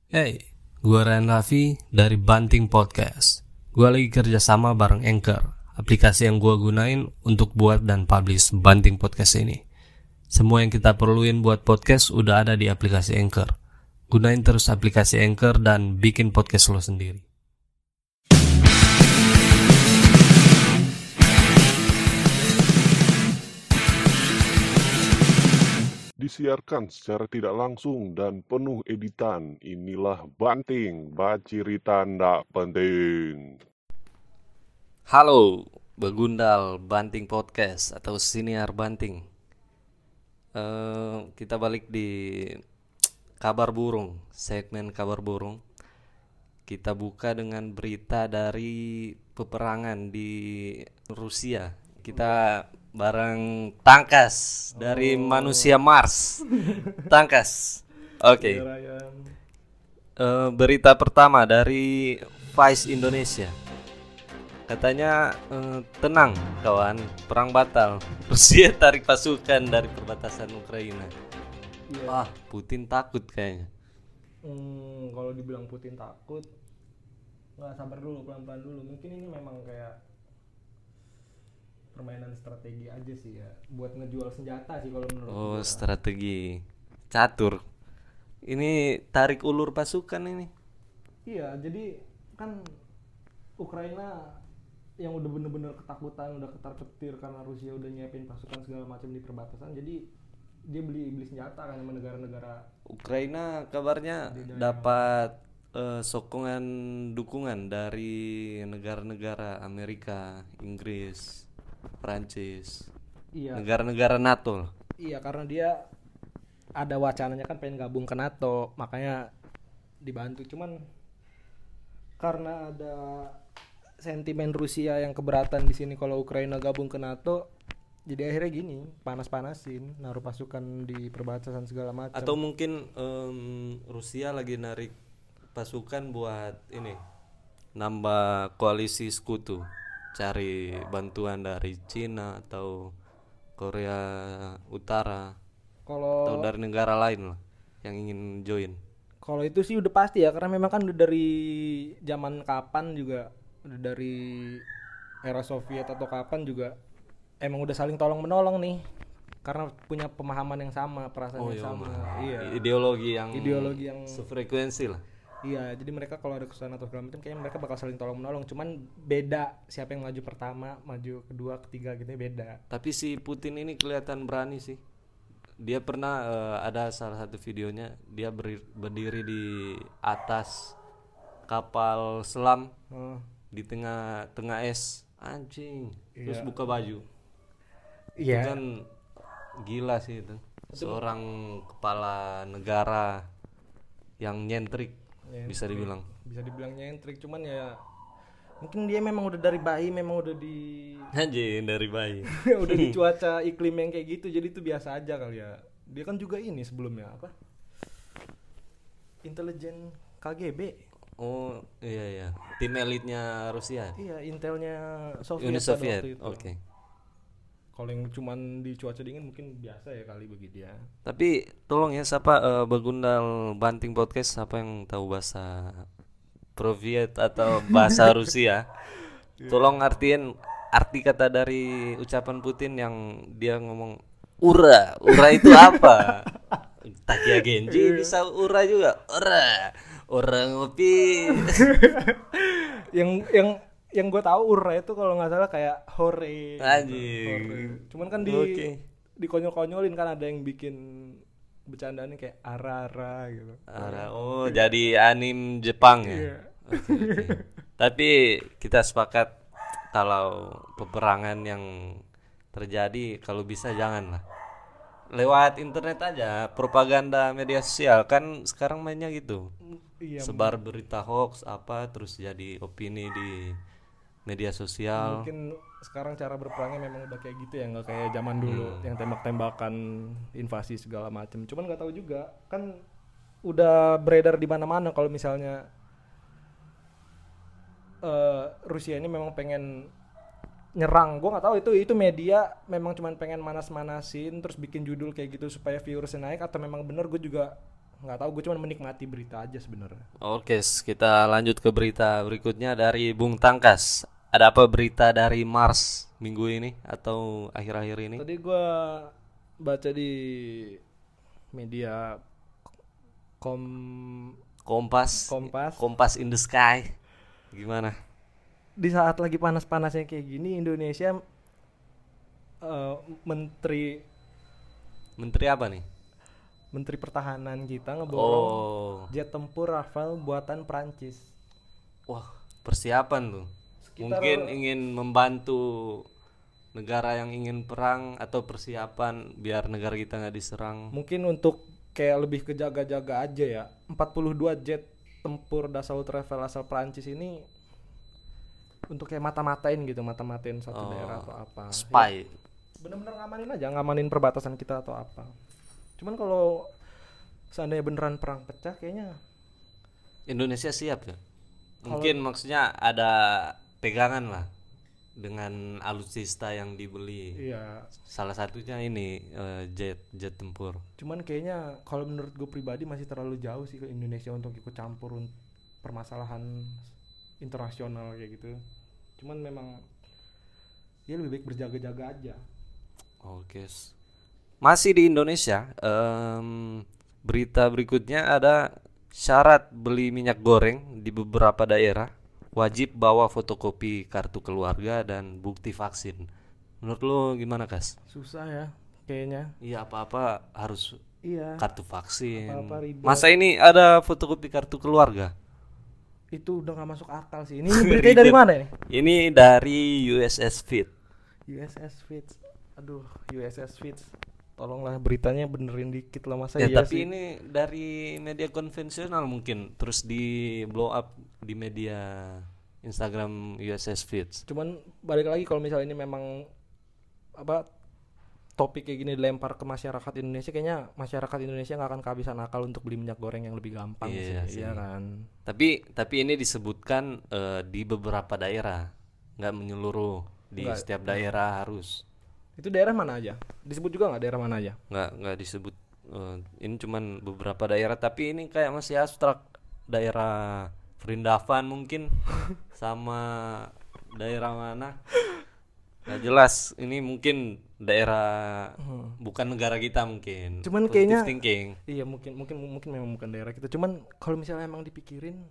Hey, gua Ryan Raffi dari Banting Podcast. Gua lagi kerjasama bareng Anchor, aplikasi yang gua gunain untuk buat dan publish Banting Podcast ini. Semua yang kita perluin buat podcast udah ada di aplikasi Anchor. Gunain terus aplikasi Anchor dan bikin podcast lo sendiri. Disiarkan secara tidak langsung dan penuh editan. Inilah Banting, cerita ndak penting. Halo, begundal Banting Podcast atau siniar Banting. Kita balik di kabar burung, segmen kabar burung. Kita buka dengan berita dari peperangan di Rusia. Kita bareng Tangkas dari manusia Mars. Tangkas. Oke. Berita pertama dari Vice Indonesia. Katanya tenang kawan, perang batal. Rusia tarik pasukan dari perbatasan Ukraina. Iya. Putin takut kayaknya. Kalau dibilang Putin takut, nggak, sabar dulu, pelan-pelan dulu. Mungkin ini memang kayak permainan strategi aja sih ya, buat ngejual senjata sih kalau menurut gua. Strategi catur. Ini tarik ulur pasukan ini. Iya, jadi kan Ukraina yang udah bener-bener ketakutan, udah ketar-ketir karena Rusia udah nyiapin pasukan segala macam di perbatasan. Jadi dia beli senjata kan sama negara-negara. Ukraina kabarnya dapat sokongan dukungan dari negara-negara Amerika, Inggris, Prancis, Iya. negara-negara NATO. Iya, karena dia ada wacananya kan pengen gabung ke NATO, makanya dibantu. Cuman karena ada sentimen Rusia yang keberatan di sini kalau Ukraina gabung ke NATO, jadi akhirnya gini, panas-panasin, naruh pasukan di perbatasan segala macam. Atau mungkin Rusia lagi narik pasukan buat ini, nambah koalisi sekutu, cari bantuan dari Cina atau Korea Utara atau dari negara lain lah yang ingin join. Kalau itu sih udah pasti ya, karena memang kan udah dari zaman kapan juga, udah dari era Soviet atau kapan juga emang udah saling tolong menolong nih, karena punya pemahaman yang sama, perasaan yang sama. Iya. Ideologi yang sefrekuensi lah. Iya, jadi mereka kalau ada kesusahan atau segala macam kayaknya mereka bakal saling tolong menolong. Cuman beda siapa yang maju pertama, maju kedua, ketiga gitu, beda. Tapi si Putin ini kelihatan berani sih. Dia pernah ada salah satu videonya, dia berdiri di atas kapal selam di tengah es, anjing. Terus buka baju. Iya. Itu kan gila sih itu. Seorang kepala negara yang nyentrik. Bisa dibilang nyentrik, cuman ya mungkin dia memang udah dari bayi memang udah anjing dari bayi. udah di cuaca iklim yang kayak gitu, jadi itu biasa aja kali ya. Dia kan juga ini sebelumnya apa, intelijen KGB. Oh iya, tim elitnya Rusia. Iya, intelnya Uni Soviet. Oke. Kalau yang cuman di cuaca dingin mungkin biasa ya kali bagi dia. Tapi tolong ya, siapa begundal Banting Podcast, siapa yang tahu bahasa Proviet atau bahasa Rusia, tolong arti kata dari ucapan Putin yang dia ngomong ura itu apa? Takia Genji bisa ura juga, ura ngopi. yang gue tahu ura itu kalau nggak salah kayak hore. Anjing. Cuman kan dikonyol-konyolin kan, ada yang bikin bercandaannya kayak ara gitu. Jadi anim Jepang ya. Okay. Tapi kita sepakat kalau peperangan yang terjadi kalau bisa janganlah lewat internet aja, propaganda media sosial kan sekarang mainnya gitu. Iya, sebar berita hoax apa terus jadi opini di media sosial. Mungkin sekarang cara berperangnya memang udah kayak gitu ya, nggak kayak zaman dulu yang tembak-tembakan, invasi segala macam. Cuman nggak tahu juga, kan udah beredar di mana-mana kalau misalnya Rusia ini memang pengen nyerang. Gue nggak tahu itu media memang cuman pengen manas-manasin terus bikin judul kayak gitu supaya viewersnya naik, atau memang bener gue juga nggak tahu, gue cuma menikmati berita aja sebenarnya. Oke, kita lanjut ke berita berikutnya dari Bung Tangkas. Ada apa berita dari Mars minggu ini atau akhir-akhir ini? Tadi gue baca di media Kompas in the Sky. Gimana? Di saat lagi panas-panasnya kayak gini, Indonesia Menteri apa nih? Menteri Pertahanan kita ngeborong jet Oh, tempur Rafale buatan Prancis. wah, persiapan tuh. Sekitar- Mungkin ingin membantu negara yang ingin perang atau persiapan biar negara kita nggak diserang. Mungkin untuk kayak lebih ke jaga-jaga aja ya. 42 jet tempur Dassault Rafale asal Prancis ini untuk kayak mata-matain satu daerah atau apa. Spy. Bener-bener ngamanin perbatasan kita atau apa. Cuman kalau seandainya beneran perang pecah, kayaknya Indonesia siap ya? Mungkin maksudnya ada pegangan lah dengan alutsista yang dibeli. iya. Salah satunya ini jet tempur. Cuman kayaknya kalau menurut gue pribadi masih terlalu jauh sih ke Indonesia untuk ikut campur permasalahan internasional kayak gitu. Cuman memang ya lebih baik berjaga-jaga aja. Oke. Masih di Indonesia, berita berikutnya ada syarat beli minyak goreng di beberapa daerah wajib bawa fotokopi kartu keluarga dan bukti vaksin. Menurut lo gimana, Kas? Susah ya kayaknya. Iya, apa-apa harus Iya. kartu vaksin. Apa-apa ribet. Masa ini ada fotokopi kartu keluarga? Itu udah gak masuk akal sih. Ini beritanya dari mana ini? Ini dari USS Fit. USS Fits. Aduh, USS Fits. Tolonglah beritanya benerin dikit lah, masa Ya, iya tapi sih? ini dari media konvensional mungkin terus di blow up di media Instagram USS Fit. Cuman balik lagi kalau misalnya ini memang apa topik kayak gini dilempar ke masyarakat Indonesia, kayaknya masyarakat Indonesia nggak akan kehabisan akal untuk beli minyak goreng yang lebih gampang Iya sih, sih. iya kan? Tapi ini disebutkan di beberapa daerah, nggak menyeluruh di Nggak. setiap daerah harus. Itu daerah mana aja? Disebut juga nggak daerah mana aja? Nggak disebut. Ini cuman beberapa daerah, tapi ini kayak masih abstrak. Daerah Vrindavan mungkin sama daerah mana? Nggak jelas. Ini mungkin daerah bukan negara kita mungkin. Cuman Positive kayaknya thinking. iya mungkin memang bukan daerah kita. Cuman kalau misalnya emang dipikirin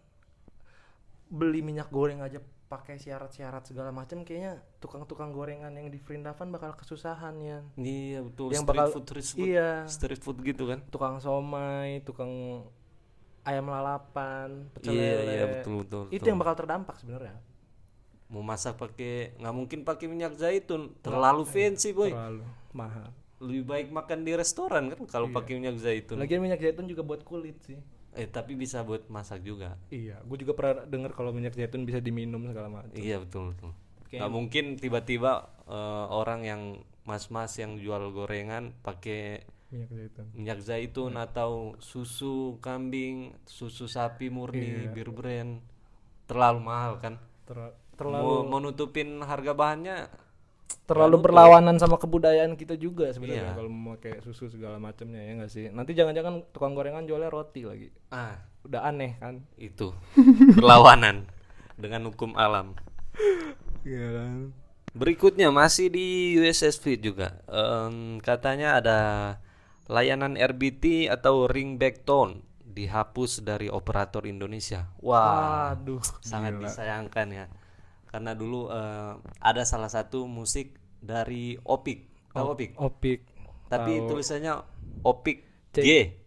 beli minyak goreng aja pakai syarat-syarat segala macam, kayaknya tukang-tukang gorengan yang di Vrindavan bakal kesusahan ya. Iya betul. Yang Street bakal- food, iya. street food gitu kan? Tukang somai, tukang ayam lalapan, pecel Iya lele. iya betul. Itu yang bakal terdampak sebenarnya. Mau masak pakai nggak mungkin pakai minyak zaitun, terlalu fancy boy. Terlalu mahal. Lebih baik makan di restoran kan kalau pakai minyak zaitun. Lagian minyak zaitun juga buat kulit sih. Tapi bisa buat masak juga. Iya, gue juga pernah dengar kalau minyak zaitun bisa diminum segala macam. Iya betul. Kayak- Nggak mungkin tiba-tiba orang yang mas-mas yang jual gorengan pakai Minyak zaitun. minyak zaitun atau susu kambing, susu sapi murni, bir brand. Terlalu mahal kan? Terlalu Mau nutupin harga bahannya. berlawanan sama kebudayaan kita juga sebenarnya Iya. kalau mau pakai susu segala macamnya, ya nggak sih? Nanti jangan-jangan tukang gorengan jualnya roti lagi. Udah aneh kan? Itu berlawanan dengan hukum alam. Iya kan. Berikutnya masih di USS Fit juga. Katanya ada layanan RBT atau ringback tone dihapus dari operator Indonesia. Wah, Waduh, sangat disayangkan ya. Karena dulu ada salah satu musik dari Opik. Tahu Opik? Opik. Tapi tulisannya Opik C.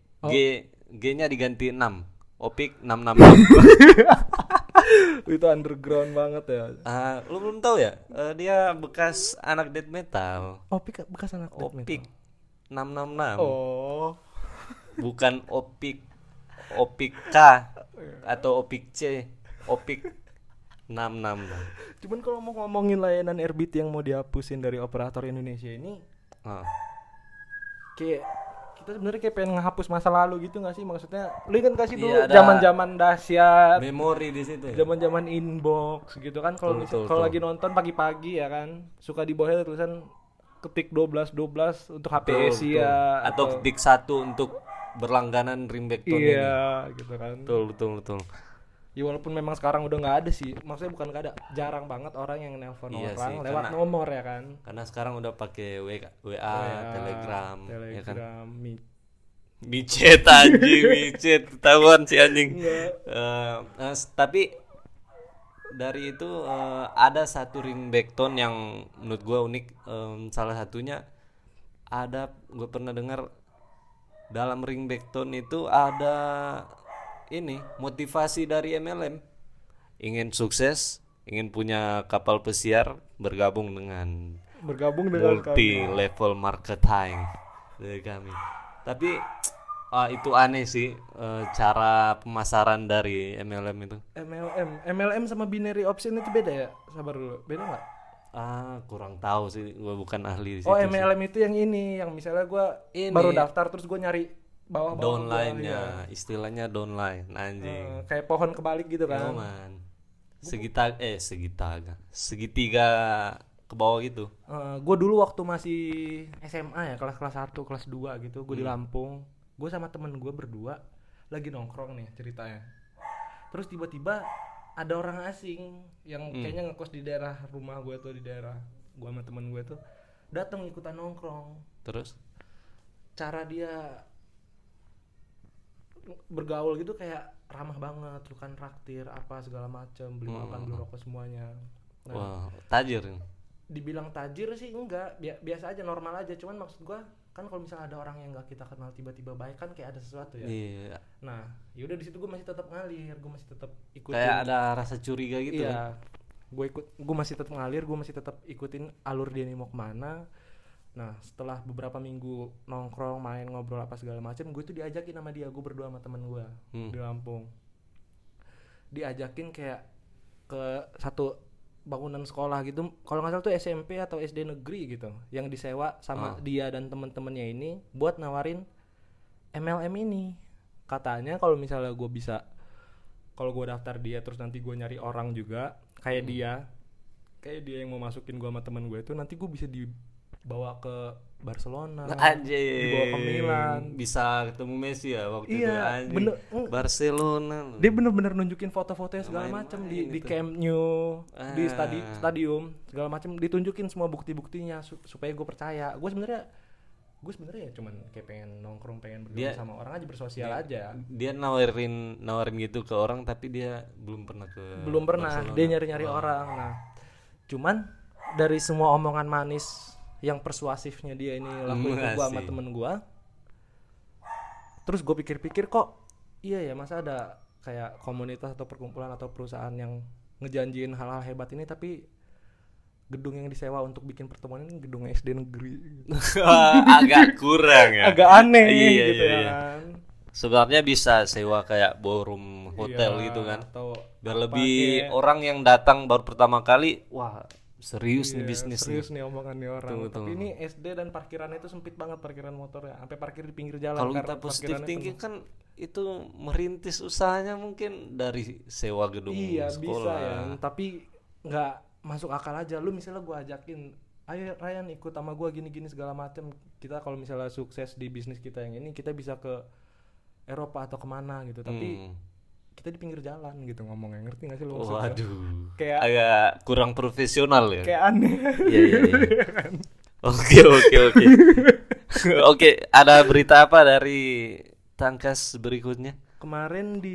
G-nya diganti 6. Opik 666. Itu underground banget ya. Lu belum tahu ya? Dia bekas anak death metal. Opik bekas anak death metal. Opik 666. Oh. Bukan Opik K atau Opik C. Opik 666. Cuman kalau mau ngomongin layanan RBT yang mau dihapusin dari operator Indonesia ini, kayak kita sebenarnya kayak pengen ngehapus masa lalu gitu nggak sih? Maksudnya lu kan kasih dulu Iya, ada zaman-zaman dahsyat, Memori di situ ya. zaman-zaman inbox gitu kan. Kalau kalau lagi nonton pagi-pagi ya kan, suka di bawahnya tulisan ketik 12 untuk HP Asia Atau ketik 1 untuk berlangganan ringback tone ini. Iya gitu kan. Betul. Ya walaupun memang sekarang udah nggak ada sih, maksudnya bukan nggak ada, jarang banget orang yang nelpon Iya orang sih, lewat karena- nomor ya kan. Karena sekarang udah pakai WA, WA, Telegram, ya kan. Telegram, Micet anjing, micet ketahuan si anjing. Iya. Tapi dari itu ada satu ringback tone yang menurut gua unik. Salah satunya ada, gue pernah dengar dalam ringback tone itu ada ini motivasi dari MLM, ingin sukses, ingin punya kapal pesiar, bergabung dengan multi level marketing dari kami. Tapi itu aneh sih cara pemasaran dari MLM itu. MLM sama binary option itu beda ya? Sabar dulu, beda nggak? Kurang tahu sih, gue bukan ahli di situ. Oh MLM itu yang ini, yang misalnya gue Ini. baru daftar terus gue nyari bawah Downline-nya, istilahnya downline anjing. kayak pohon kebalik gitu kan. Man. Segitiga ke bawah gitu. Gue dulu waktu masih SMA ya, kelas 1, kelas 2 gitu, gue di Lampung. Gue sama temen gue berdua lagi nongkrong nih ceritanya. Terus tiba-tiba ada orang asing yang kayaknya ngekos di daerah rumah gue tuh, di daerah gue sama temen gue tuh datang ikutan nongkrong. Terus Cara dia bergaul gitu kayak ramah banget, lu kan traktir apa segala macem, beli makan, beli rokok semuanya. Nah, wah, tajir. dibilang tajir sih enggak, biasa aja, normal aja. Cuman maksud gua kan kalau misalnya ada orang yang nggak kita kenal tiba-tiba baik kan kayak ada sesuatu ya. Iya. Nah yaudah di situ gua masih tetap ngalir, gua masih tetap ikutin. Kayak ada rasa curiga gitu. Iya, gue masih tetap ngalir, gue masih tetap ikutin alur dia nih mau kemana. Nah setelah beberapa minggu nongkrong, main, ngobrol apa segala macam, gue tuh diajakin sama dia, gue berdua sama temen gue di Lampung, diajakin kayak ke satu bangunan sekolah gitu, kalau nggak salah tuh SMP atau SD negeri gitu, yang disewa sama dia dan temen-temennya ini buat nawarin MLM ini. Katanya kalau misalnya gue bisa, kalau gue daftar dia terus nanti gue nyari orang juga kayak dia yang mau masukin gue sama temen gue itu, nanti gue bisa dibawa ke Barcelona, dibawa ke Milan, bisa ketemu Messi ya waktu itu. iya anjing. bener. Barcelona. Dia bener-bener nunjukin foto-fotonya segala macam di gitu. Camp Nou, di stadium segala macam, ditunjukin semua bukti-buktinya supaya gue percaya. Gue sebenarnya ya cuman kayak pengen nongkrong, pengen bergaul sama orang aja, bersosial aja. Dia nawarin gitu ke orang, tapi dia belum pernah Barcelona. Dia nyari-nyari orang. Nah cuman dari semua omongan manis yang persuasifnya dia ini lakuin ke gue sama temen gue, terus gue pikir-pikir kok iya ya, masa ada kayak komunitas atau perkumpulan atau perusahaan yang ngejanjiin hal-hal hebat ini tapi gedung yang disewa untuk bikin pertemuan ini gedung SD negeri. Agak kurang ya. Agak aneh gitu iya. kan. Sebenarnya bisa sewa kayak ballroom hotel gitu kan, atau biar lebih orang yang datang baru pertama kali, wah serius nih bisnis serius nih omongan nih orang. Tunggu. Tapi ini SD dan parkirannya itu sempit banget, parkiran motornya sampai parkir di pinggir jalan. Kalau kita positif thinking kan itu merintis usahanya mungkin dari sewa gedung sekolah. Bisa ya, tapi nggak masuk akal aja. Lu misalnya gua ajakin, ayo Ryan ikut sama gua gini-gini segala macam, kita kalau misalnya sukses di bisnis kita yang ini, kita bisa ke Eropa atau kemana gitu, tapi kita di pinggir jalan gitu ngomongnya, ngerti nggak sih lu maksudnya? Waduh, kayak agak kurang profesional ya. Kayak aneh. Iya. Oke, ada berita apa dari Tangkas berikutnya? Kemarin di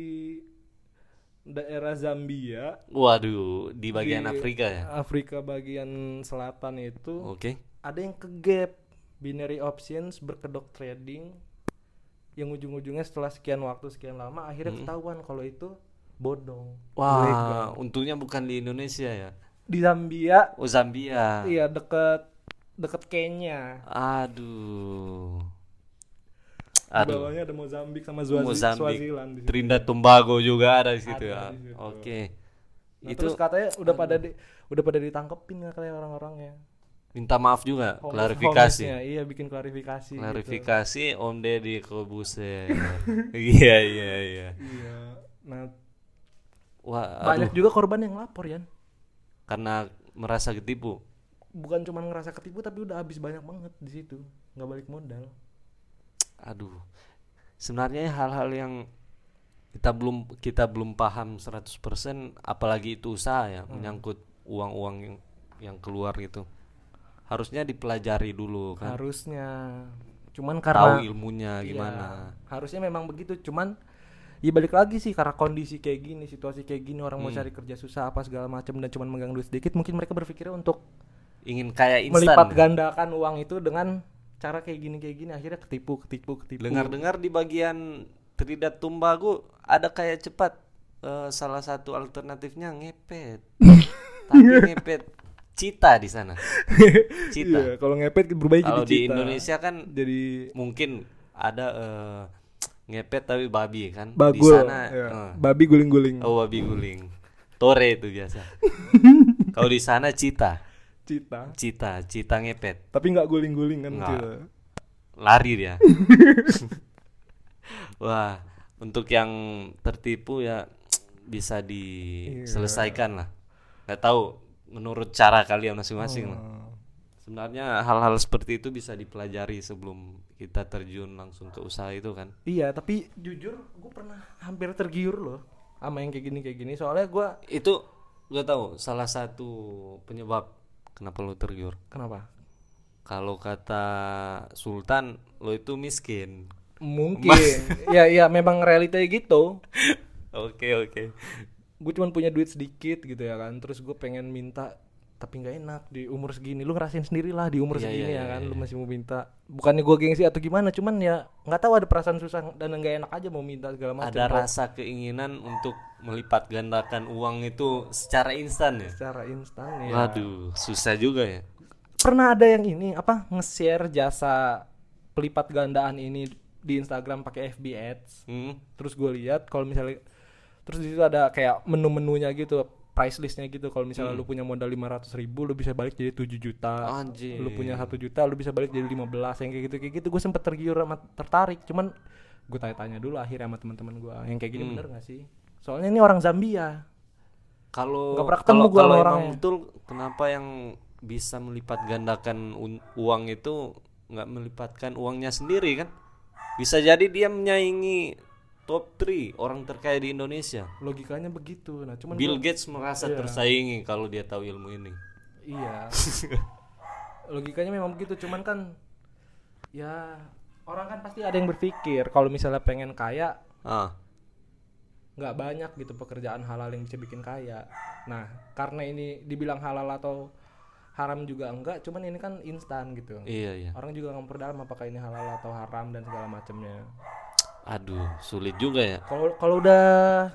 daerah Zambia. Waduh, di bagian Afrika ya? Afrika bagian selatan itu. Oke. Ada yang ke gap binary options, berkedok trading, yang ujung-ujungnya setelah sekian lama akhirnya ketahuan kalau itu bodong. Wah, ilegal. untungnya bukan di Indonesia ya. Di Zambia. Oh, Zambia. Iya, deket Kenya. Aduh. Di bawahnya ada Mozambik sama Swaziland. Trinidad Tobago juga ada di situ ya. Di situ. Oke. Nah, terus katanya udah pada ditangkepin kayak orang-orangnya. Minta maaf juga, klarifikasi. Iya, bikin klarifikasi. Klarifikasi gitu. Om Deddy Kobuser. Iya. Iya. Nah, wah, banyak juga korban yang lapor ya. Karena merasa ketipu. Bukan cuma ngerasa ketipu tapi udah habis banyak banget di situ, nggak balik modal. Aduh, sebenarnya hal-hal yang kita belum paham 100%, apalagi itu usaha ya, menyangkut uang-uang yang keluar gitu. Harusnya dipelajari dulu kan. Harusnya. Cuman Tahu karena ilmunya iya, gimana. harusnya memang begitu. Cuman ya balik lagi sih, karena kondisi kayak gini, situasi kayak gini, orang mau cari kerja susah apa segala macam dan cuman megang duit sedikit, mungkin mereka berpikirnya untuk Ingin kayak instan. melipat Ya. gandakan uang itu dengan cara kayak gini, akhirnya ketipu. Dengar-dengar di bagian Tridat Tumbagu ada kayak cepat, salah satu alternatifnya ngepet. Tapi ngepet cita di sana. Cita. Iya, kalau ngepet berubah jadi Kalau di cita. Indonesia kan Jadi mungkin ada ngepet tapi babi kan. Di bagul, sana ya. Babi guling-guling. babi guling. Tore itu biasa. Kalau di sana cita Cita. ngepet. Tapi nggak guling-guling kan Nggak. gitu. Lari dia. Wah, untuk yang tertipu ya bisa diselesaikan lah. Nggak tahu menurut cara kalian masing-masing lah. Sebenarnya hal-hal seperti itu bisa dipelajari sebelum kita terjun langsung ke usaha itu kan. Iya, tapi jujur gue pernah hampir tergiur loh sama yang kayak gini. Soalnya gue Itu gue tahu salah satu penyebab kenapa lo tergiur. kenapa? Kalau kata Sultan, lo itu miskin. Mungkin ya memang realitanya gitu. Oke. Gue cuma punya duit sedikit gitu ya kan, terus gue pengen minta tapi nggak enak di umur segini. Lu ngerasain sendiri lah di umur Iya, segini iya, ya kan, iya. lu masih mau minta. Bukannya gue gengsi atau gimana, cuman ya nggak tahu, ada perasaan susah dan nggak enak aja mau minta segala macam. Ada rasa keinginan untuk melipat gandakan uang itu secara instan ya. Secara instan ya. Waduh, susah juga ya. Pernah ada yang ini apa nge-share jasa pelipat gandaan ini di Instagram pakai FB Ads. Terus gue lihat kalau misalnya, terus di situ ada kayak menu-menunya gitu, price listnya gitu. Kalau misalnya lu punya modal 500.000, lu bisa balik jadi 7 juta. Anjir. Lu punya 1 juta, lu bisa balik jadi 15. Yang kayak gitu. Gue sempet tergiur sama tertarik. Cuman gue tanya-tanya dulu akhirnya sama teman-teman gue, yang kayak gini bener nggak sih? Soalnya ini orang Zambia. Kalau Nggak pernah ketemu gua sama emang orangnya. betul, kenapa yang bisa melipat gandakan uang itu nggak melipatkan uangnya sendiri kan? Bisa jadi dia menyaingi top 3 orang terkaya di Indonesia. Logikanya begitu. Nah, cuman Bill Gates merasa tersaingi kalau dia tahu ilmu ini. iya. Logikanya memang begitu, cuman kan ya orang kan pasti ada yang berpikir kalau misalnya pengen kaya nggak banyak gitu pekerjaan halal yang bisa bikin kaya. Nah, karena ini dibilang halal atau haram juga enggak, cuman ini kan instan gitu. Iya. Orang juga nggak memperdalam apakah ini halal atau haram dan segala macamnya. Aduh, sulit juga ya. Kalau udah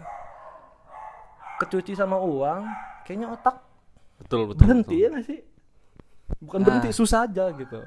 kecuci sama uang, kayaknya otak Betul. berhenti ya nggak sih? Bukan berhenti, susah aja gitu.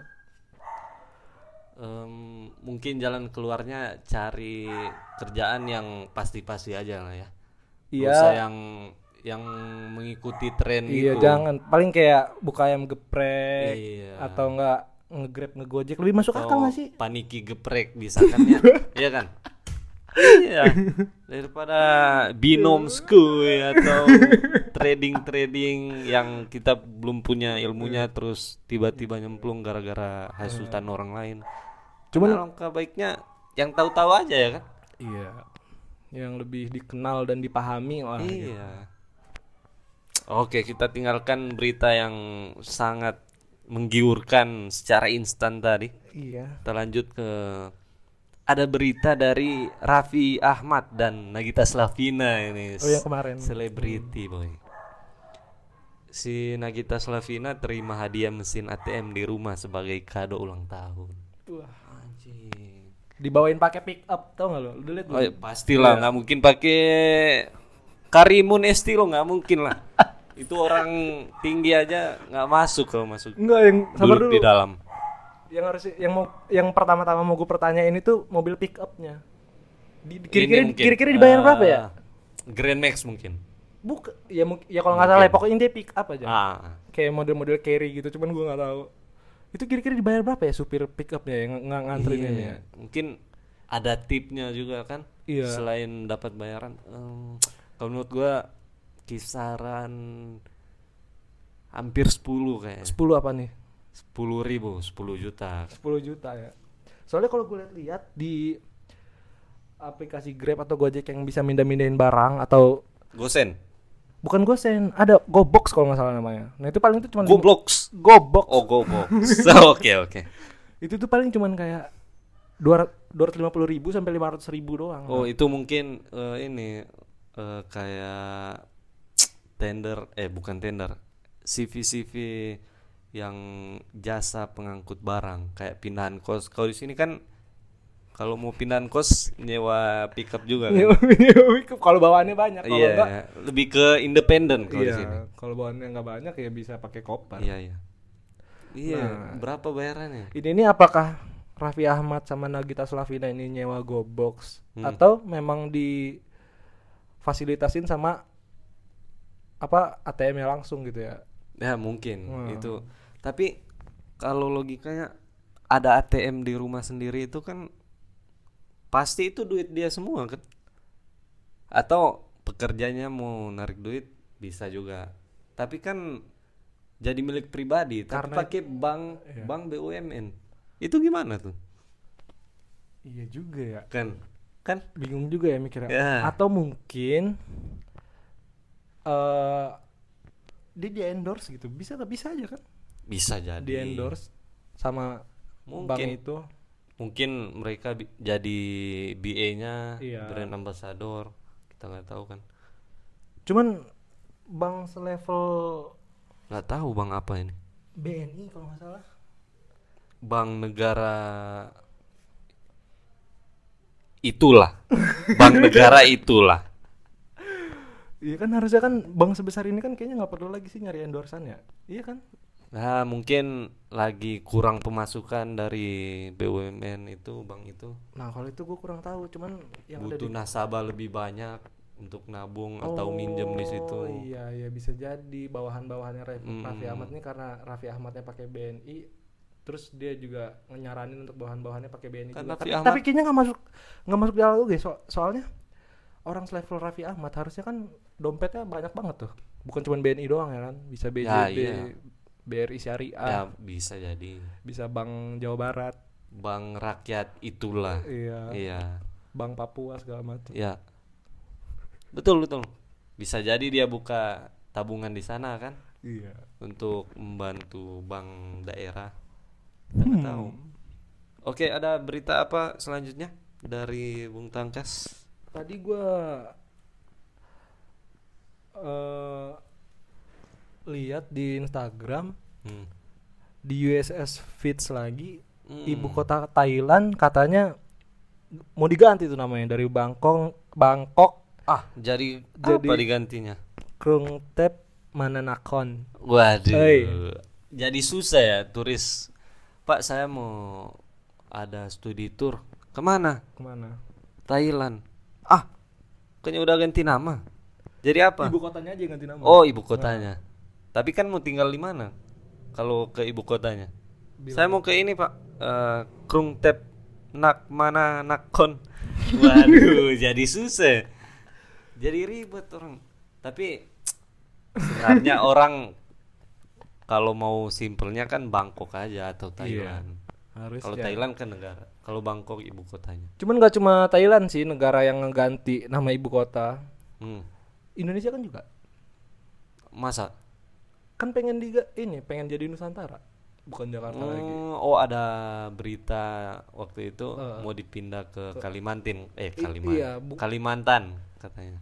Mungkin jalan keluarnya cari kerjaan yang pasti-pasti aja lah ya. Iya. Nggak usah yang mengikuti tren Iya, gitu. jangan. Paling kayak buka ayam geprek Iya. atau enggak nge-grab, nge-gojek, lebih masuk akal Atau nggak sih? paniki geprek misalkannya. Iya kan? Iya. Daripada binom skuy atau trading yang kita belum punya ilmunya terus tiba-tiba nyemplung gara-gara hasutan orang lain. Cuman alangkah baiknya yang tahu-tahu aja ya kan? iya. Yang lebih dikenal dan dipahami. Wah, gitu. Iya. Oke, kita tinggalkan berita yang sangat menggiurkan secara instan tadi. Iya. Kita lanjut ke ada berita dari Raffi Ahmad dan Nagita Slavina ini. Oh, yang kemarin. Selebriti boy. Si Nagita Slavina terima hadiah mesin ATM di rumah sebagai kado ulang tahun. Wah, Anjing. dibawain pakai pick up, tau nggak lo? Udah lihat Oh, ya, pastilah nggak mungkin pakai Karimun Estilo, nggak mungkin lah. Itu orang tinggi aja nggak masuk kalau masuk. Enggak, yang sabar Duduk dulu. di dalam. Yang harus yang pertama-tama mau gue pertanyain itu mobil pick up-nya. Kira-kira dibayar berapa ya? Grand Max mungkin. Ya kalau nggak salah ya, pokoknya dia pick up aja. Kayak model-model carry gitu, cuman gue nggak tahu. Itu kira-kira dibayar berapa ya supir pick up-nya yang nganterin ini ya? Mungkin ada tipnya juga kan. Iya. Selain dapat bayaran. Kalau menurut gua kisaran hampir 10 kayaknya. 10 apa nih? 10.000, 10 juta. 10 juta ya. Soalnya kalau gue lihat di aplikasi Grab atau Gojek yang bisa mindahin barang atau Gosen. bukan Gosen, ada Gobox kalau nggak salah namanya. Nah itu paling itu cuma Goblox. Gobox. Oh, Gobox. Oke. Itu tuh paling cuman kayak 250.000 sampai 500.000 doang. Oh, itu mungkin ini kayak tender, bukan tender, CV yang jasa pengangkut barang kayak pindahan kos. Kalau di sini kan kalau mau pindahan kos nyewa pickup juga kan. Kalau bawaannya banyak, kalau Iya, enggak lebih ke independen kalau di iya, sini. kalau bawaannya nggak banyak ya bisa pakai koper. Iya. Nah. Berapa bayarannya? Ini apakah Raffi Ahmad sama Nagita Slavina ini nyewa Gobox atau memang difasilitasin sama apa ATM-nya langsung gitu ya? Ya mungkin itu. Tapi kalau logikanya ada ATM di rumah sendiri itu kan pasti itu duit dia semua kan? Atau pekerjanya mau narik duit bisa juga. Tapi kan jadi milik pribadi tapi Karena pakai bank BUMN. Itu gimana tuh? Iya juga ya. Kan Bingung juga ya mikirnya. Ya. Atau mungkin dia di endorse gitu. Bisa aja kan? bisa jadi. Di endorse sama bank Mungkin. itu. Mungkin mereka jadi BA-nya, Iya. brand ambassador. Kita nggak tahu kan. Cuman bank selevel Nggak tahu bank apa ini. BNI kalau nggak salah. Bank negara itulah. Bank negara itulah. Iya kan harusnya kan bank sebesar ini kan kayaknya nggak perlu lagi sih nyari endorsan ya. Iya kan? Nah, mungkin lagi kurang pemasukan dari BUMN itu, bank itu. Nah kalau itu gue kurang tahu. Cuman yang Butuh ada nasabah lebih banyak untuk nabung atau minjem di situ. Iya bisa jadi bawahan-bawahannya Raffi Ahmad ini karena Raffi Ahmadnya pakai BNI, terus dia juga nyaranin untuk bawahan-bawahannya pakai BNI Kan juga. Raffi Tapi, Ahmad- tapi kayaknya nggak masuk dialog guys. Soalnya orang selevel Raffi Ahmad harusnya kan dompetnya banyak banget tuh. Bukan cuma BNI doang ya kan, bisa BJB, Ya, iya. BRI Syariah, Ya, bisa jadi. bisa Bank Jawa Barat, Bank rakyat itulah. iya, Iya. Bank Papua segala macam. Ya. Betul. Bisa jadi dia buka tabungan di sana kan Iya. untuk membantu bank daerah. Kita nggak tahu. Oke, ada berita apa selanjutnya dari Bung Tangkas? Tadi gue lihat di Instagram di USS Feeds lagi ibu kota Thailand katanya mau diganti tuh namanya dari Bangkok Jadi Jadi- apa digantinya? Krung Thep Mananakon. Waduh. Hei. Jadi susah ya turis. Pak, saya mau ada studi tour. Kemana? Thailand. Kayaknya udah ganti nama. Jadi apa? Ibu kotanya aja ganti nama. Oh, ibu kotanya. Tapi kan mau tinggal di mana? Kalau ke ibu kotanya. Saya mau ke ini, Pak. Krung Thep Mananakon. Waduh, jadi susah. Jadi ribet orang. Tapi sebenarnya orang kalau mau simpelnya kan Bangkok aja atau Thailand. Harus Kalau ya. Thailand kan negara. Kalau Bangkok ibu kotanya. Cuman nggak cuma Thailand sih negara yang ngeganti nama ibu kota. Indonesia kan juga. Masa? Kan pengen jadi Nusantara, bukan Jakarta lagi. Oh, ada berita waktu itu mau dipindah ke Kalimantan. Iya, Kalimantan katanya.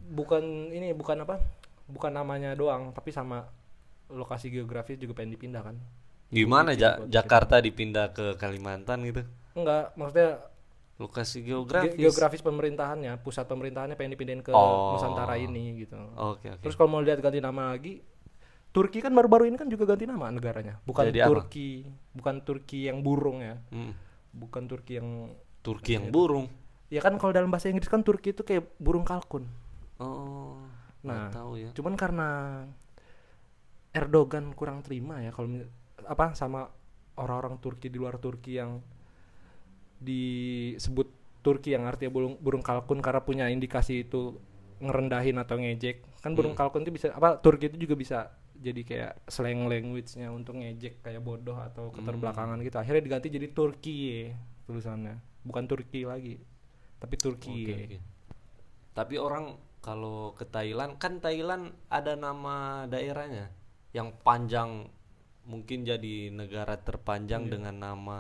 Bukan namanya doang, tapi sama lokasi geografis juga pengen dipindah kan. Gimana Jakarta dipindah ke Kalimantan gitu? Enggak, maksudnya Lokasi geografis. geografis pemerintahannya, pusat pemerintahannya pengen dipindahin ke Nusantara ini gitu. Oke. Terus kalau mau lihat ganti nama lagi, Turki kan baru-baru ini kan juga ganti nama negaranya. Bukan Jadi apa? bukan Turki yang burung ya. Hmm. Bukan Turki yang Turki yang burung. ya kan kalau dalam bahasa Inggris kan Turki itu kayak burung kalkun. Oh. Nah, nggak tahu ya. cuman karena Erdogan kurang terima ya kalau sama orang-orang Turki di luar Turki yang disebut Turki yang artinya burung kalkun karena punya indikasi itu ngerendahin atau ngejek. Kan burung kalkun itu bisa Turki itu juga bisa jadi kayak slang language-nya untuk ngejek kayak bodoh atau keterbelakangan gitu. Akhirnya diganti jadi Turki tulisannya, bukan Turki lagi. Tapi Turki. Oke. Tapi orang kalau ke Thailand, kan Thailand ada nama daerahnya yang panjang, mungkin jadi negara terpanjang dengan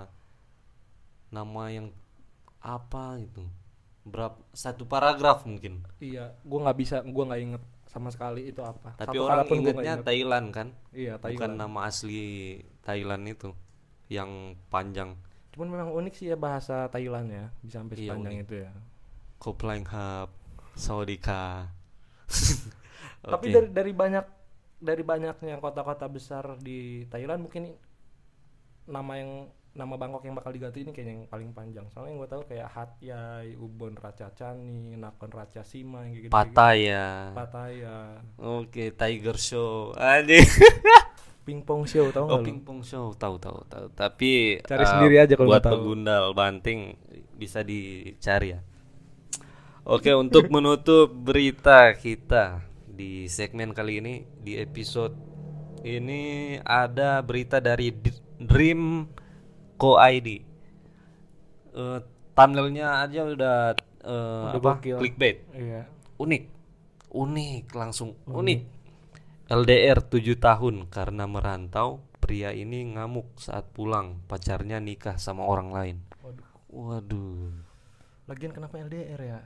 nama yang apa itu, satu paragraf mungkin. Iya, gua nggak inget sama sekali itu apa. Tapi Satu orang kata pun gua nggak ingetnya inget. Thailand kan, Iya, bukan Thailand. nama asli Thailand itu yang panjang. Cuman memang unik sih ya bahasa Thailand ya, bisa sampai Iya, sepanjang unik. itu ya. Koplang Hub, Sawadika. Tapi Oke. dari banyaknya kota-kota besar di Thailand, mungkin nama Bangkok yang bakal diganti ini kayaknya yang paling panjang. Soalnya yang gue tahu kayak Hat Yai, Ubon Ratchathani, Nakhon Ratchasima yang kayak gitu. Pattaya. Pattaya, Oke, Tiger Show. Anjing. Pingpong Show tahu Oh, nggak lu? pingpong show, tahu. Tapi Cari sendiri aja kalau buat nggak tahu. pegundal banting bisa dicari ya. Oke, untuk menutup berita kita di segmen kali ini, di episode ini ada berita dari Dream Co ID. Thumbnailnya aja udah gokil. clickbait. Iya. Unik langsung unik. LDR 7 tahun karena merantau, pria ini ngamuk saat pulang pacarnya nikah sama orang lain. Waduh. Lagian kenapa LDR ya?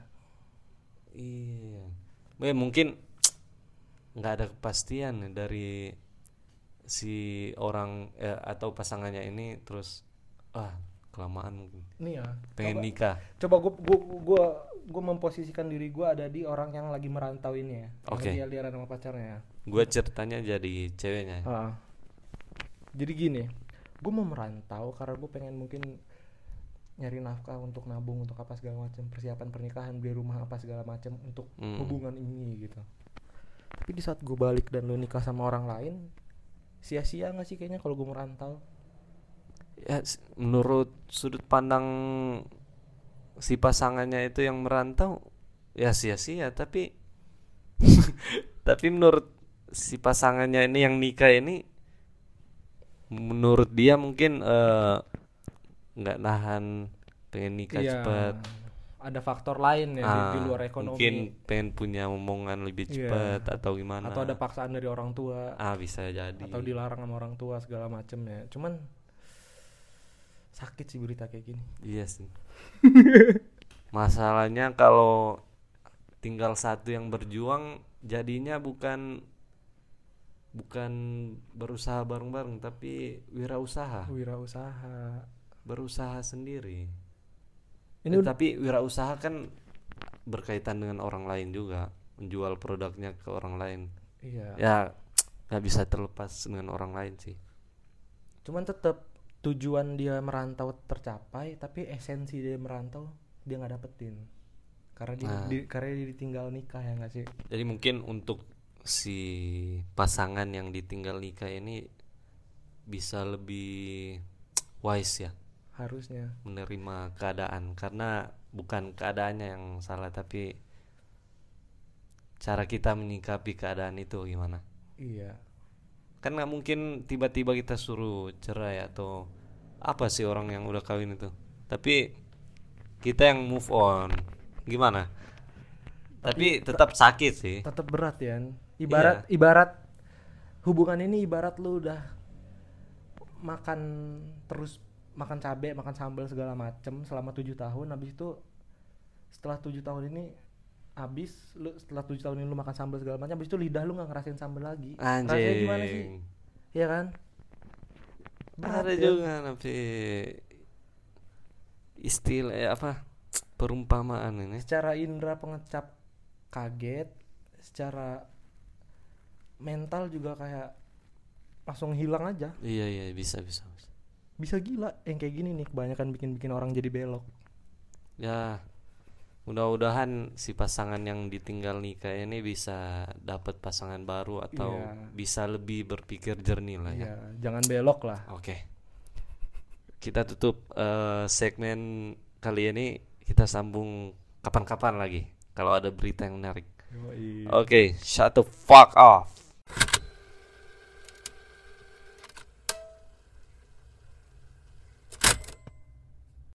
Iya. Mungkin nggak ada kepastian dari si orang atau pasangannya ini, terus kelamaan mungkin Nih ya. pengen nikah. Coba gue memposisikan diri gue ada di orang yang lagi merantau ini ya. Oke. Yang LDR sama pacarnya ya. Gue ceritanya jadi ceweknya. Jadi gini, gue mau merantau karena gue pengen mungkin nyari nafkah untuk nabung untuk apa segala macam, persiapan pernikahan, beli rumah apa segala macam untuk hubungan ini gitu. Tapi di saat gue balik dan lo nikah sama orang lain, sia-sia nggak sih kayaknya kalau gue merantau? Ya, menurut sudut pandang si pasangannya itu yang merantau, ya sia-sia. Tapi tapi menurut si pasangannya ini yang nikah ini, menurut dia mungkin nggak nahan, pengen nikah Iya, cepat. ada faktor lain ya di luar ekonomi. Mungkin pengen punya omongan lebih cepat atau gimana. Atau ada paksaan dari orang tua. Bisa jadi. Atau dilarang sama orang tua segala macem ya. Cuman sakit sih berita kayak gini. Iya sih. Masalahnya kalau tinggal satu yang berjuang, jadinya bukan berusaha bareng-bareng, tapi wirausaha. Berusaha sendiri. Tapi wirausaha kan berkaitan dengan orang lain juga, menjual produknya ke orang lain. Iya. Ya nggak bisa terlepas dengan orang lain sih. Cuman tetap tujuan dia merantau tercapai, tapi esensi dia merantau dia nggak dapetin karena karena dia ditinggal nikah, ya nggak sih? Jadi mungkin untuk si pasangan yang ditinggal nikah ini bisa lebih wise ya, Harusnya menerima keadaan, karena bukan keadaannya yang salah, tapi cara kita menyikapi keadaan itu gimana. iya. Kan nggak mungkin tiba-tiba kita suruh cerai atau apa sih orang yang udah kawin itu, tapi kita yang move on gimana. Tapi tetap sakit sih. Tetap berat ya. Ibarat hubungan ini ibarat lu udah makan cabai, makan sambal segala macem selama 7 tahun, habis itu setelah 7 tahun ini setelah 7 tahun ini lu makan sambal segala macam, habis itu lidah lu nggak ngerasain sambal lagi. Anjing. Rasanya gimana sih? Iya kan? Ada juga tapi istilah perumpamaan ini. Secara indera pengecap kaget, secara mental juga kayak langsung hilang aja. Iya bisa. Bisa gila yang kayak gini nih, kebanyakan bikin orang jadi belok. Ya mudah-mudahan si pasangan yang ditinggal nikah ini bisa dapat pasangan baru atau bisa lebih berpikir jernih lah ya. Jangan belok lah. Oke. Kita tutup segmen kali ini, kita sambung kapan-kapan lagi kalau ada berita yang menarik. Oke, shut the fuck off.